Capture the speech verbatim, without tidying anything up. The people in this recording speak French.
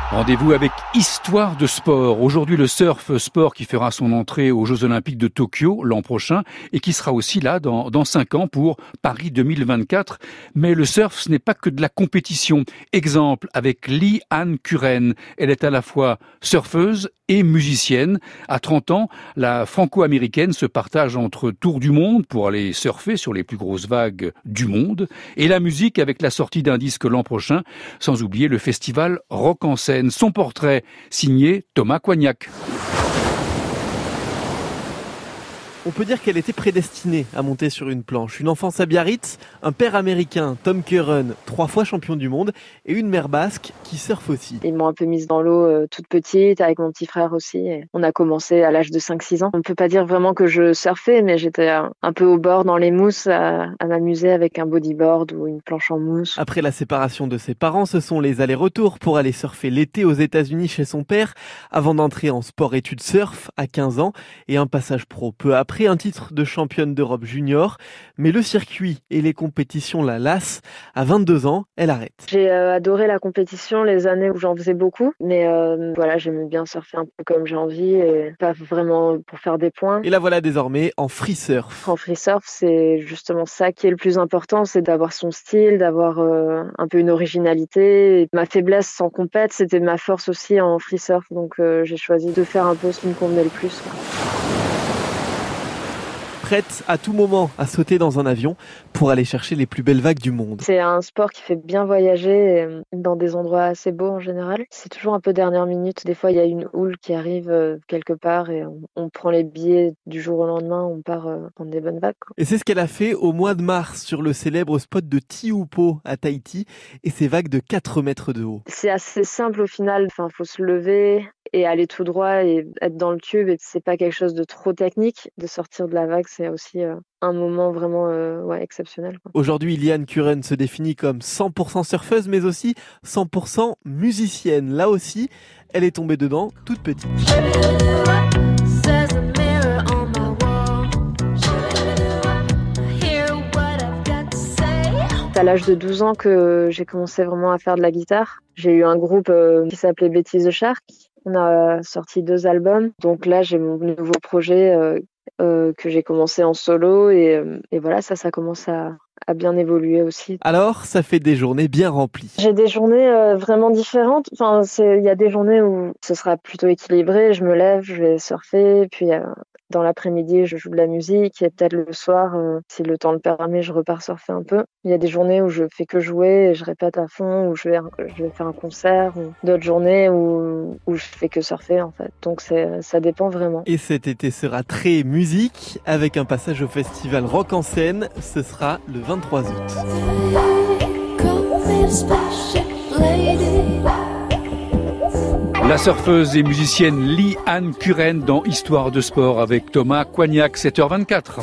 Rendez-vous avec Histoire de sport. Aujourd'hui, le surf sport qui fera son entrée aux Jeux Olympiques de Tokyo l'an prochain et qui sera aussi là dans, dans cinq ans pour Paris deux mille vingt-quatre. Mais le surf, ce n'est pas que de la compétition. Exemple avec Lee-Ann Curren. Elle est à la fois surfeuse et musicienne. À trente ans, la franco-américaine se partage entre tour du monde pour aller surfer sur les plus grosses vagues du monde et la musique avec la sortie d'un disque l'an prochain, sans oublier le festival Rock en scène. Son portrait, signé Thomas Coignac. On peut dire qu'elle était prédestinée à monter sur une planche. Une enfance à Biarritz, un père américain, Tom Curren, trois fois champion du monde, et une mère basque qui surfe aussi. Ils m'ont un peu mise dans l'eau euh, toute petite, avec mon petit frère aussi. Et on a commencé à l'âge de cinq six ans. On ne peut pas dire vraiment que je surfais, mais j'étais un, un peu au bord dans les mousses à, à m'amuser avec un bodyboard ou une planche en mousse. Après la séparation de ses parents, ce sont les allers-retours pour aller surfer l'été aux États-Unis chez son père, avant d'entrer en sport-études surf à quinze ans et un passage pro peu après. Un titre de championne d'Europe junior, mais le circuit et les compétitions la lassent. À vingt-deux ans, elle arrête. J'ai euh, adoré la compétition les années où j'en faisais beaucoup, mais euh, voilà, j'aimais bien surfer un peu comme j'ai envie et pas vraiment pour faire des points. Et la voilà désormais en free surf. En free surf, c'est justement ça qui est le plus important, c'est d'avoir son style, d'avoir euh, un peu une originalité. Et ma faiblesse en compète, c'était ma force aussi en free surf, donc euh, j'ai choisi de faire un peu ce qui me convenait le plus, quoi. Prête à tout moment à sauter dans un avion pour aller chercher les plus belles vagues du monde. C'est un sport qui fait bien voyager dans des endroits assez beaux en général. C'est toujours un peu dernière minute. Des fois, il y a une houle qui arrive quelque part et on, on prend les billets du jour au lendemain, on part prendre des bonnes vagues, quoi. Et c'est ce qu'elle a fait au mois de mars sur le célèbre spot de Tiupo à Tahiti et ses vagues de quatre mètres de haut. C'est assez simple au final. Enfin, faut se lever et aller tout droit et être dans le tube, et c'est pas quelque chose de trop technique. De sortir de la vague, c'est aussi euh, un moment vraiment euh, ouais, exceptionnel, quoi. Aujourd'hui, Lee-Ann Curren se définit comme cent pour cent surfeuse, mais aussi cent pour cent musicienne. Là aussi, elle est tombée dedans toute petite. C'est à l'âge de douze ans que j'ai commencé vraiment à faire de la guitare. J'ai eu un groupe euh, qui s'appelait Betty the Shark. On a sorti deux albums. Donc là, j'ai mon nouveau projet euh, euh, que j'ai commencé en solo. Et, euh, et voilà, ça, ça commence à, à bien évoluer aussi. Alors, ça fait des journées bien remplies. J'ai des journées euh, vraiment différentes. Enfin, il y a des journées où ce sera plutôt équilibré. Je me lève, je vais surfer. Puis euh, dans l'après-midi, je joue de la musique. Et peut-être le soir, euh, si le temps le permet, je repars surfer un peu. Il y a des journées où je fais que jouer et je répète à fond, où je vais, je vais faire un concert. Ou d'autres journées où, où je fais que surfer, en fait. Donc c'est, ça dépend vraiment. Et cet été sera très musique avec un passage au festival Rock en scène. Ce sera le vingt-trois août. La surfeuse et musicienne Lee-Ann Curren dans Histoire de sport avec Thomas Coignac, sept heures vingt-quatre.